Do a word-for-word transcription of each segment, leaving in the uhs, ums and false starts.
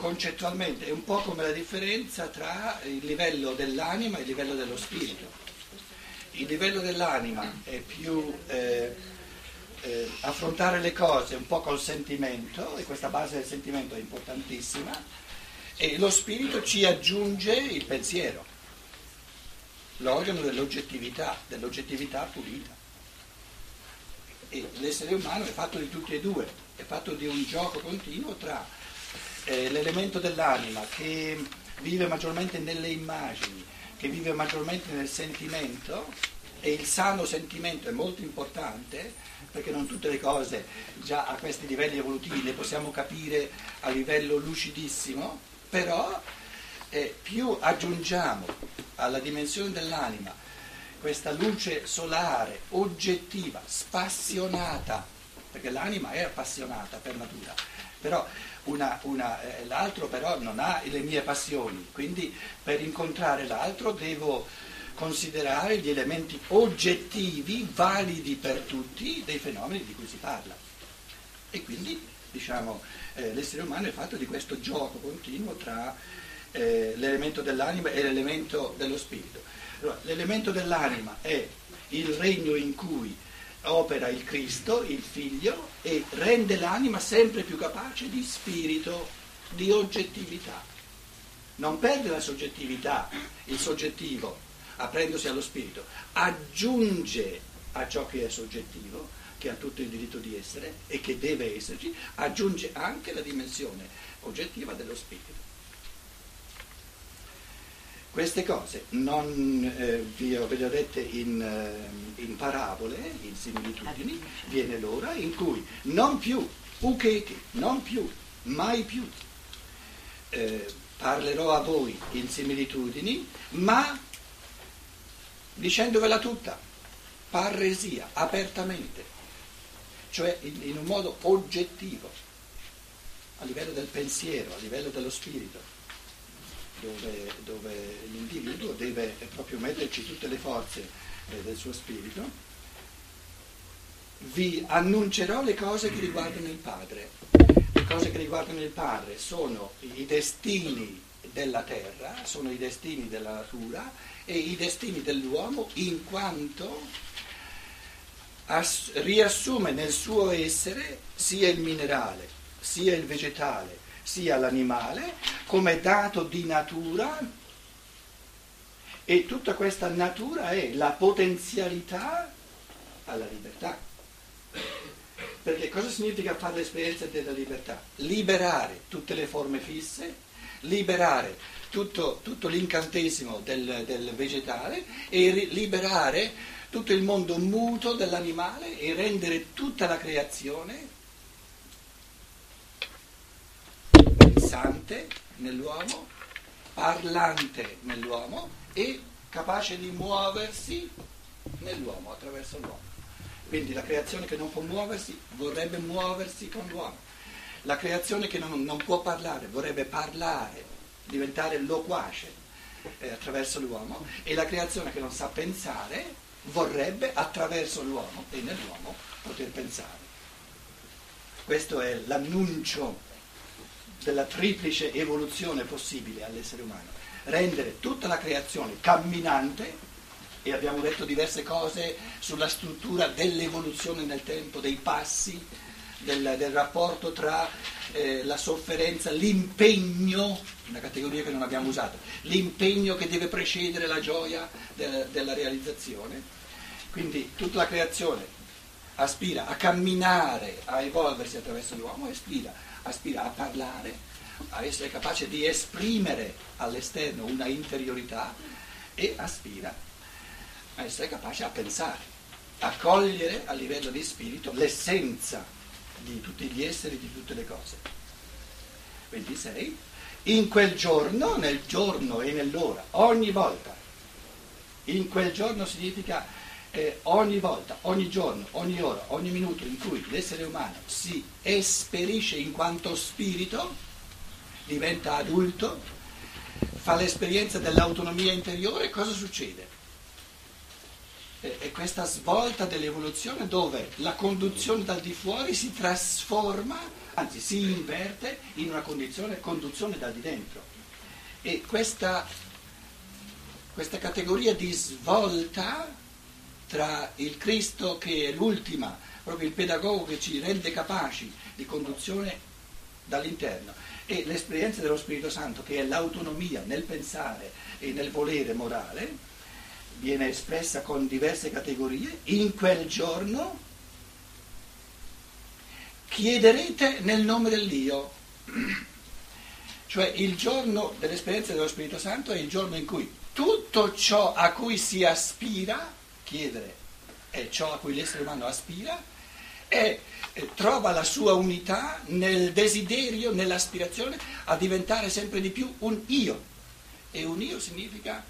concettualmente è un po' come la differenza tra il livello dell'anima e il livello dello spirito. Il livello dell'anima è più eh, eh, affrontare le cose un po' col sentimento, e questa base del sentimento è importantissima, e lo spirito ci aggiunge il pensiero, l'organo dell'oggettività, dell'oggettività pulita. E l'essere umano è fatto di tutti e due, è fatto di un gioco continuo tra eh, l'elemento dell'anima che vive maggiormente nelle immagini, che vive maggiormente nel sentimento, e il sano sentimento è molto importante, perché non tutte le cose già a questi livelli evolutivi le possiamo capire a livello lucidissimo, però eh, più aggiungiamo alla dimensione dell'anima questa luce solare, oggettiva, spassionata, perché l'anima è appassionata per natura, però una, una, eh, l'altro però non ha le mie passioni, quindi per incontrare l'altro devo considerare gli elementi oggettivi, validi per tutti, dei fenomeni di cui si parla. E quindi, diciamo, eh, l'essere umano è fatto di questo gioco continuo tra eh, l'elemento dell'anima e l'elemento dello spirito. Allora, l'elemento dell'anima è il regno in cui opera il Cristo, il Figlio, e rende l'anima sempre più capace di spirito, di oggettività. Non perde la soggettività, il soggettivo, aprendosi allo spirito, aggiunge a ciò che è soggettivo, che ha tutto il diritto di essere e che deve esserci, aggiunge anche la dimensione oggettiva dello spirito. Queste cose non eh, vi ho dette in, eh, in parabole, in similitudini, viene l'ora in cui non più, ukeke, non più, mai più, eh, parlerò a voi in similitudini, ma dicendovela tutta, parresia, apertamente, cioè in, in un modo oggettivo, a livello del pensiero, a livello dello spirito. Dove, dove l'individuo deve proprio metterci tutte le forze eh, del suo spirito. Vi annuncerò le cose che riguardano il Padre. Le cose che riguardano il Padre sono i destini della terra, sono i destini della natura e i destini dell'uomo, in quanto ass- riassume nel suo essere sia il minerale, sia il vegetale, sia l'animale, come dato di natura, e tutta questa natura è la potenzialità alla libertà. Perché cosa significa fare l'esperienza della libertà? Liberare tutte le forme fisse, liberare tutto, tutto l'incantesimo del, del vegetale e ri- liberare tutto il mondo muto dell'animale e rendere tutta la creazione pensante nell'uomo, parlante nell'uomo e capace di muoversi nell'uomo, attraverso l'uomo. Quindi la creazione che non può muoversi vorrebbe muoversi con l'uomo. La creazione che non, non può parlare vorrebbe parlare, diventare loquace eh, attraverso l'uomo, e la creazione che non sa pensare vorrebbe attraverso l'uomo e nell'uomo poter pensare. Questo è l'annuncio della triplice evoluzione possibile all'essere umano, rendere tutta la creazione camminante, e abbiamo detto diverse cose sulla struttura dell'evoluzione nel tempo, dei passi, del, del rapporto tra eh, la sofferenza, l'impegno, una categoria che non abbiamo usato, l'impegno che deve precedere la gioia de, della realizzazione. Quindi tutta la creazione aspira a camminare, a evolversi attraverso l'uomo, e aspira aspira a parlare, a essere capace di esprimere all'esterno una interiorità, e aspira a essere capace a pensare, a cogliere a livello di spirito l'essenza di tutti gli esseri, di tutte le cose. ventisei. In quel giorno, nel giorno e nell'ora, ogni volta, in quel giorno significa Eh, ogni volta, ogni giorno, ogni ora, ogni minuto in cui l'essere umano si esperisce in quanto spirito, diventa adulto, fa l'esperienza dell'autonomia interiore, cosa succede? Eh, è questa svolta dell'evoluzione dove la conduzione dal di fuori si trasforma anzi si inverte in una condizione conduzione da di dentro. E questa, questa categoria di svolta tra il Cristo che è l'ultima, proprio il pedagogo che ci rende capaci di conduzione dall'interno, e l'esperienza dello Spirito Santo che è l'autonomia nel pensare e nel volere morale, viene espressa con diverse categorie. In quel giorno chiederete nel nome dell'Io, cioè il giorno dell'esperienza dello Spirito Santo è il giorno in cui tutto ciò a cui si aspira, chiedere è ciò a cui l'essere umano aspira, e eh, trova la sua unità nel desiderio, nell'aspirazione a diventare sempre di più un io. E un io significa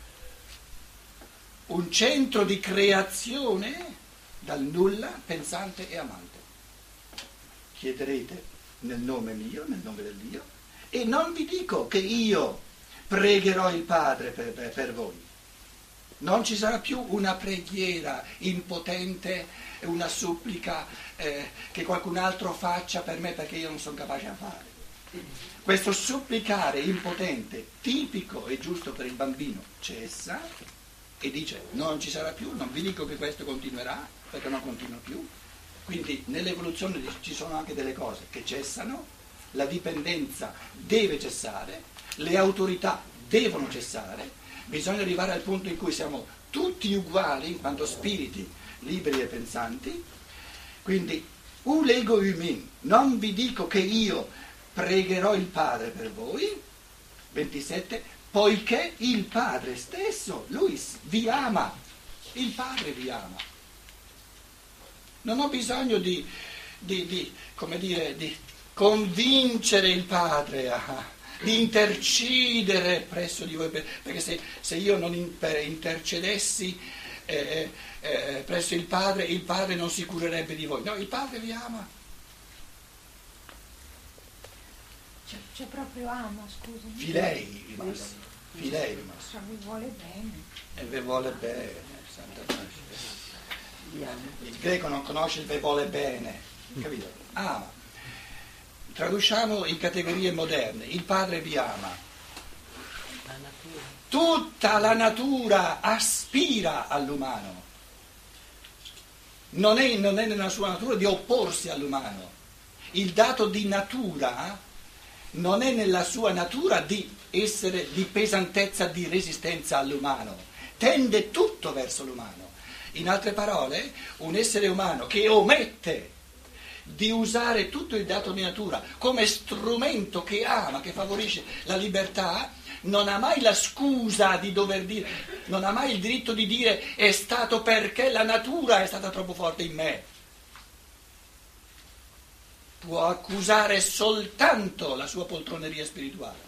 un centro di creazione dal nulla, pensante e amante. Chiederete nel nome mio, nel nome dell'Io, e non vi dico che io pregherò il Padre per, per, per voi. Non ci sarà più una preghiera impotente, una supplica eh, che qualcun altro faccia per me perché io non sono capace a fare. Questo supplicare impotente, tipico e giusto per il bambino, cessa e dice non ci sarà più, non vi dico che questo continuerà perché non continua più. Quindi nell'evoluzione ci sono anche delle cose che cessano, la dipendenza deve cessare, le autorità devono cessare. Bisogna arrivare al punto in cui siamo tutti uguali in quanto spiriti liberi e pensanti. Quindi, u lego umin, non vi dico che io pregherò il Padre per voi, ventisette, poiché il Padre stesso, lui vi ama, il Padre vi ama. Non ho bisogno di, di, di come dire, di convincere il Padre a... di intercedere presso di voi, perché se, se io non intercedessi eh, eh, presso il Padre, il Padre non si curerebbe di voi. No, il Padre vi ama. C'è, c'è proprio ama, scusami. Filei, rimasto. Filei, rimasto. Cioè, vi vuole bene. E vi vuole bene, Santa Pace. Il greco non conosce il vi vuole bene, capito? Ama. Traduciamo in categorie moderne, il Padre vi ama, la natura. Tutta la natura aspira all'umano, non è, non è nella sua natura di opporsi all'umano, il dato di natura non è nella sua natura di essere di pesantezza, di resistenza all'umano, tende tutto verso l'umano. In altre parole, un essere umano che omette di usare tutto il dato di natura come strumento che ama, che favorisce la libertà, non ha mai la scusa di dover dire, non ha mai il diritto di dire è stato perché la natura è stata troppo forte in me. Può accusare soltanto la sua poltroneria spirituale.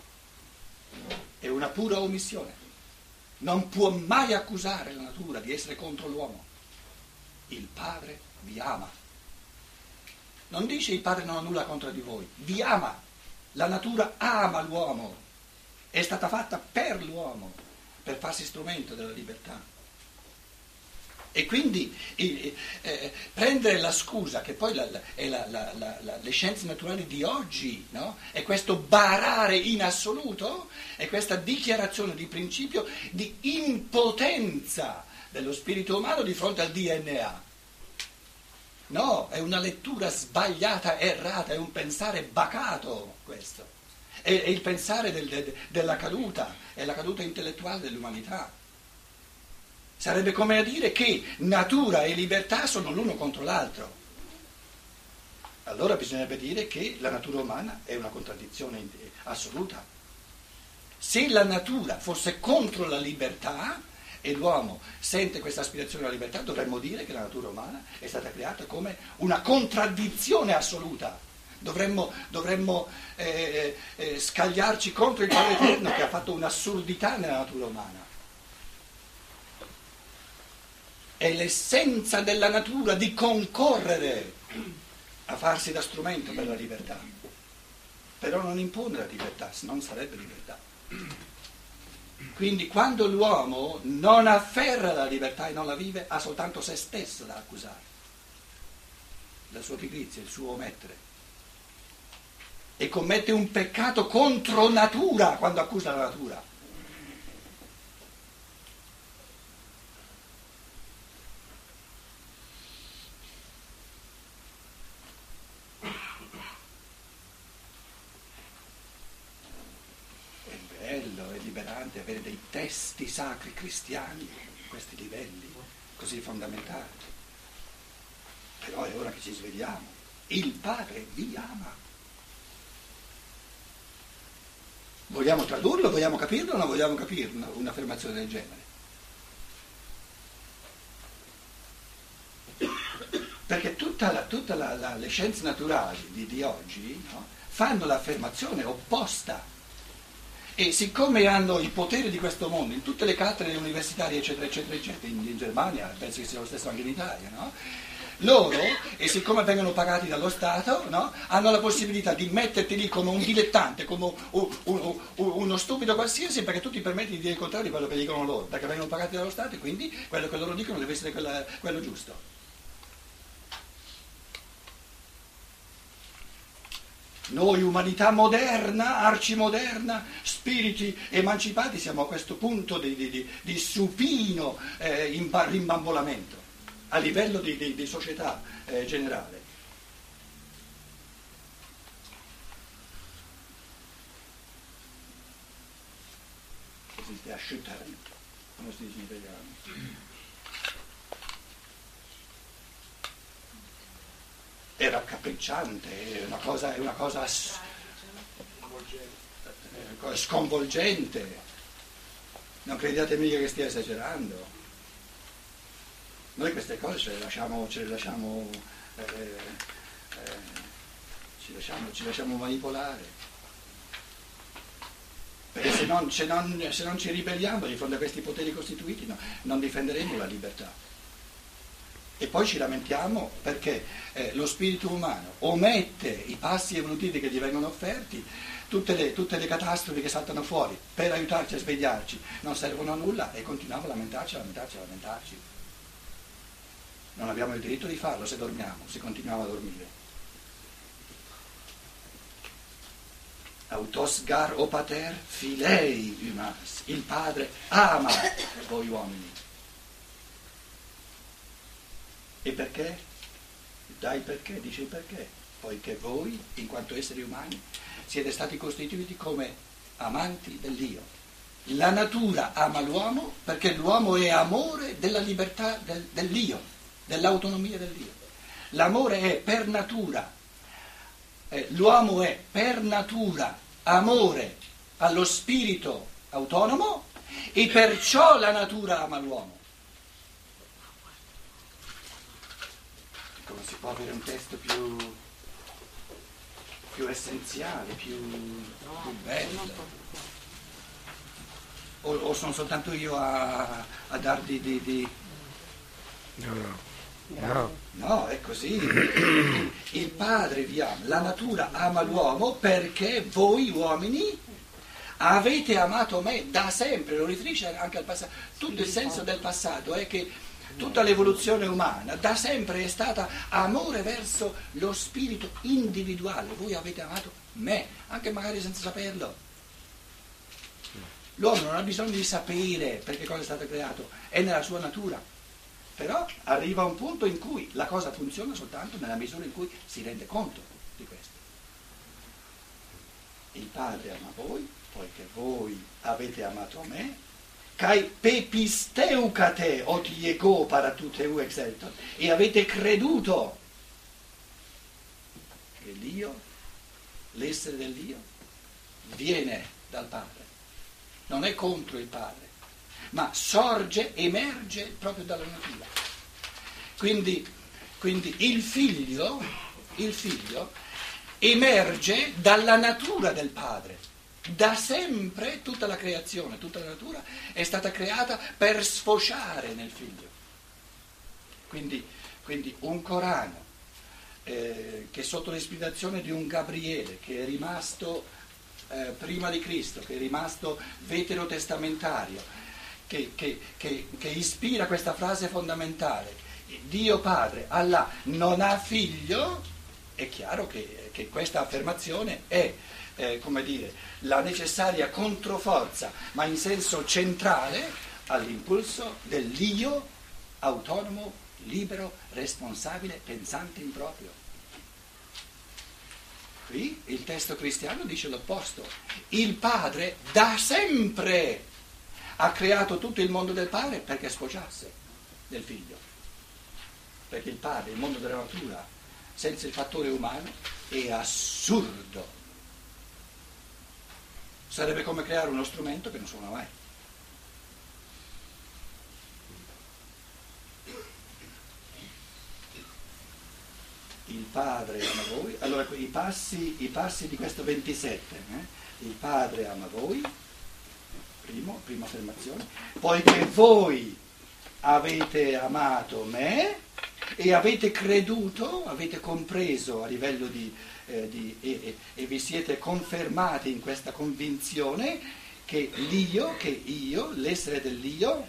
È una pura omissione. Non può mai accusare la natura di essere contro l'uomo. Il Padre vi ama. Non dice il Padre non ha nulla contro di voi, vi ama, la natura ama l'uomo, è stata fatta per l'uomo, per farsi strumento della libertà. E quindi eh, eh, prendere la scusa, che poi la, la, è la, la, la, la, le scienze naturali di oggi, no? È questo barare in assoluto, è questa dichiarazione di principio di impotenza dello spirito umano di fronte al D N A. No, è una lettura sbagliata, errata, è un pensare bacato questo. È, è il pensare del, de, della caduta, è la caduta intellettuale dell'umanità. Sarebbe come a dire che natura e libertà sono l'uno contro l'altro. Allora bisognerebbe dire che la natura umana è una contraddizione assoluta. Se la natura fosse contro la libertà, e l'uomo sente questa aspirazione alla libertà, dovremmo dire che la natura umana è stata creata come una contraddizione assoluta. Dovremmo, dovremmo eh, eh, scagliarci contro il Padre Eterno che ha fatto un'assurdità nella natura umana. È l'essenza della natura di concorrere a farsi da strumento per la libertà. Però non impone la libertà, se non sarebbe libertà. Quindi quando l'uomo non afferra la libertà e non la vive, ha soltanto se stesso da accusare, la sua pigrizia, il suo omettere. e commette un peccato contro natura quando accusa la natura. È bello, è liberante avere dei testi sacri cristiani a questi livelli così fondamentali. Però è ora che ci svegliamo. Il Padre vi ama. Vogliamo tradurlo, vogliamo capirlo o non vogliamo capirlo, un'affermazione del genere? Perché tutta la, tutta la, la, le scienze naturali di, di oggi, no, fanno l'affermazione opposta. E siccome hanno il potere di questo mondo in tutte le cattedre universitarie, eccetera, eccetera, eccetera, in, in Germania, penso che sia lo stesso anche in Italia, no? Loro, e siccome vengono pagati dallo Stato, no, hanno la possibilità di metterti lì come un dilettante, come un, un, un, uno stupido qualsiasi, perché tu ti permetti di dire il contrario di quello che dicono loro, perché vengono pagati dallo Stato e quindi quello che loro dicono deve essere quella, quello giusto. Noi, umanità moderna, arcimoderna, spiriti emancipati, siamo a questo punto di, di, di, di supino eh, rimbambolamento a livello di, di, di società eh, generale. Esiste asciuttare, come si dice in italiano. È raccapricciante, è una cosa, è una cosa sconvolgente. Non crediate mica che stia esagerando. Noi queste cose ce le lasciamo, ce le lasciamo, eh, eh, ci lasciamo, ci lasciamo manipolare. Perché se non, se, non, se non ci ribelliamo di fronte a questi poteri costituiti, no, non difenderemo la libertà. E poi ci lamentiamo perché eh, lo spirito umano omette i passi evolutivi che gli vengono offerti, tutte le, tutte le catastrofi che saltano fuori per aiutarci a svegliarci non servono a nulla e continuiamo a lamentarci, a lamentarci, a lamentarci. Non abbiamo il diritto di farlo se dormiamo, se continuiamo a dormire. Autos gar o pater filei humas, il padre ama voi uomini. E perché? Dai perché, dice il perché, poiché voi, in quanto esseri umani, siete stati costituiti come amanti dell'io. La natura ama l'uomo perché l'uomo è amore della libertà del, dell'io, dell'autonomia dell'io. L'amore è per natura, eh, l'uomo è per natura amore allo spirito autonomo e perciò la natura ama l'uomo. Come si può avere un testo più, più essenziale, più, più bello? O, o sono soltanto io a, a darvi di, di... No, no, no. No, è così. Il padre vi ama, la natura ama l'uomo perché voi uomini avete amato me da sempre, lo riferisce anche al passato. Tutto il senso del passato è che tutta l'evoluzione umana da sempre è stata amore verso lo spirito individuale. Voi avete amato me, anche magari senza saperlo. L'uomo non ha bisogno di sapere perché cosa è stato creato, è nella sua natura. Però arriva un punto in cui la cosa funziona soltanto nella misura in cui si rende conto di questo. Il Padre ama voi, poiché voi avete amato me, kai pepisteucate oti ego paratuteu exelton, e avete creduto che l'io, l'essere dell'io, viene dal Padre. Non è contro il Padre, ma sorge, emerge proprio dalla natura. Quindi, quindi il figlio, il figlio emerge dalla natura del Padre. Da sempre tutta la creazione, tutta la natura è stata creata per sfociare nel figlio. Quindi, quindi un Corano eh, che sotto l'ispirazione di un Gabriele che è rimasto eh, prima di Cristo, che è rimasto veterotestamentario, che, che, che, che ispira questa frase fondamentale: Dio Padre, Allah non ha figlio, è chiaro che che questa affermazione è, eh, come dire, la necessaria controforza, ma in senso centrale, all'impulso dell'io autonomo, libero, responsabile, pensante in proprio. Qui il testo cristiano dice l'opposto. Il padre da sempre ha creato tutto il mondo del padre perché sfociasse del figlio. Perché il padre, il mondo della natura, senza il fattore umano, è assurdo. Sarebbe come creare uno strumento che non suona mai. Il padre ama voi. Allora i passi, i passi di questo ventisette. Eh? Il padre ama voi, primo, prima affermazione, poiché voi avete amato me e avete creduto, avete compreso a livello di, eh, di e, e, e vi siete confermati in questa convinzione che l'io, che io, l'essere dell'io,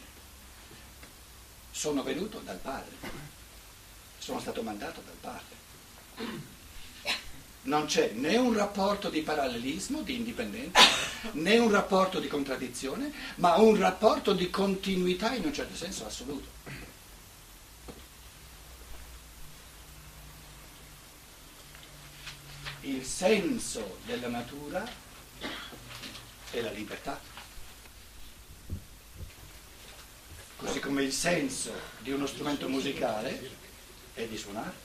sono venuto dal Padre, sono stato mandato dal Padre. Non c'è né un rapporto di parallelismo, di indipendenza, né un rapporto di contraddizione, ma un rapporto di continuità in un certo senso assoluto. Il senso della natura è la libertà, così come il senso di uno strumento musicale è di suonare.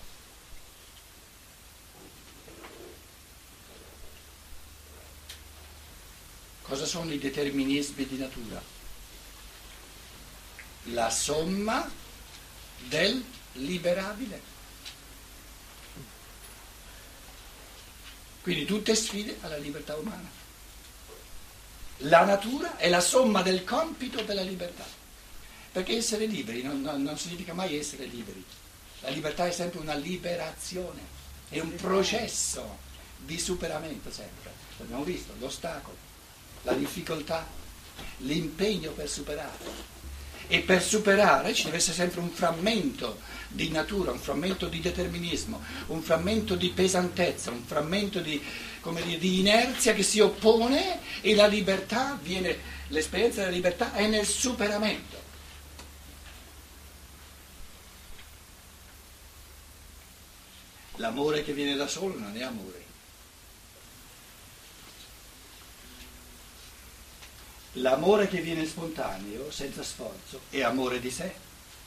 Cosa sono i determinismi di natura? La somma del liberabile. Quindi tutte sfide alla libertà umana. La natura è la somma del compito della libertà. Perché essere liberi non, non, non significa mai essere liberi. La libertà è sempre una liberazione, è un processo di superamento sempre. L'abbiamo visto, l'ostacolo, la difficoltà, l'impegno per superare. E per superare ci deve essere sempre un frammento di natura, un frammento di determinismo, un frammento di pesantezza, un frammento di, come dire, di inerzia che si oppone, e la libertà viene, l'esperienza della libertà è nel superamento. L'amore che viene da solo non è amore. L'amore che viene spontaneo, senza sforzo, è amore di sé.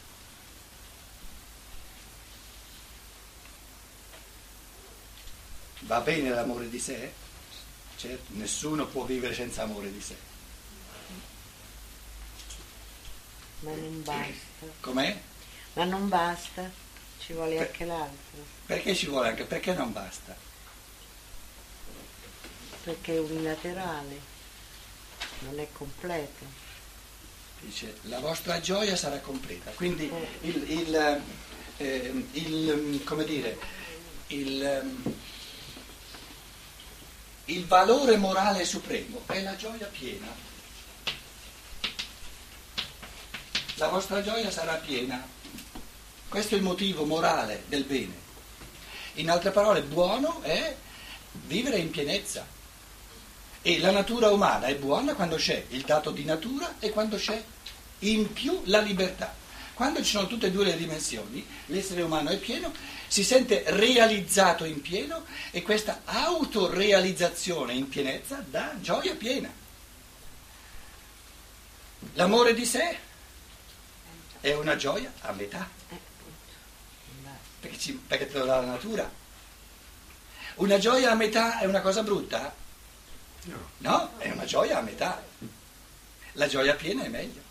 Va bene l'amore di sé? Certo, nessuno può vivere senza amore di sé. Ma non basta. Com'è? Ma non basta, ci vuole Per- anche l'altro, Perché ci vuole anche? Perché non basta? perché è unilaterale, non è completo. Dice, la vostra gioia sarà completa. Quindi il, il, eh, il come dire, il, il valore morale supremo è la gioia piena. La vostra gioia sarà piena. Questo è il motivo morale del bene. In altre parole, buono è vivere in pienezza. E la natura umana è buona quando c'è il dato di natura e quando c'è in più la libertà. Quando ci sono tutte e due le dimensioni, l'essere umano è pieno, si sente realizzato in pieno, e questa autorealizzazione in pienezza dà gioia piena. L'amore di sé è una gioia a metà, perché, ci, perché te lo dà la natura. Una gioia a metà è una cosa brutta? No. No, è una gioia a metà. La gioia piena è meglio.